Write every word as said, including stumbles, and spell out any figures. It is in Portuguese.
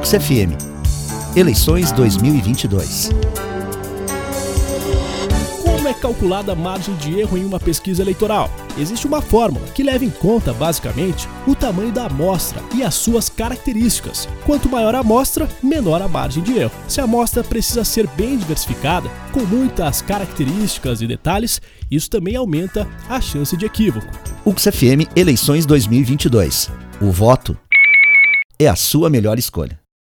Ux F M. Eleições dois mil e vinte e dois. Como é calculada a margem de erro em uma pesquisa eleitoral? Existe uma fórmula que leva em conta, basicamente, o tamanho da amostra e as suas características. Quanto maior a amostra, menor a margem de erro. Se a amostra precisa ser bem diversificada, com muitas características e detalhes, isso também aumenta a chance de equívoco. Ux F M Eleições dois mil e vinte e dois. O voto é a sua melhor escolha.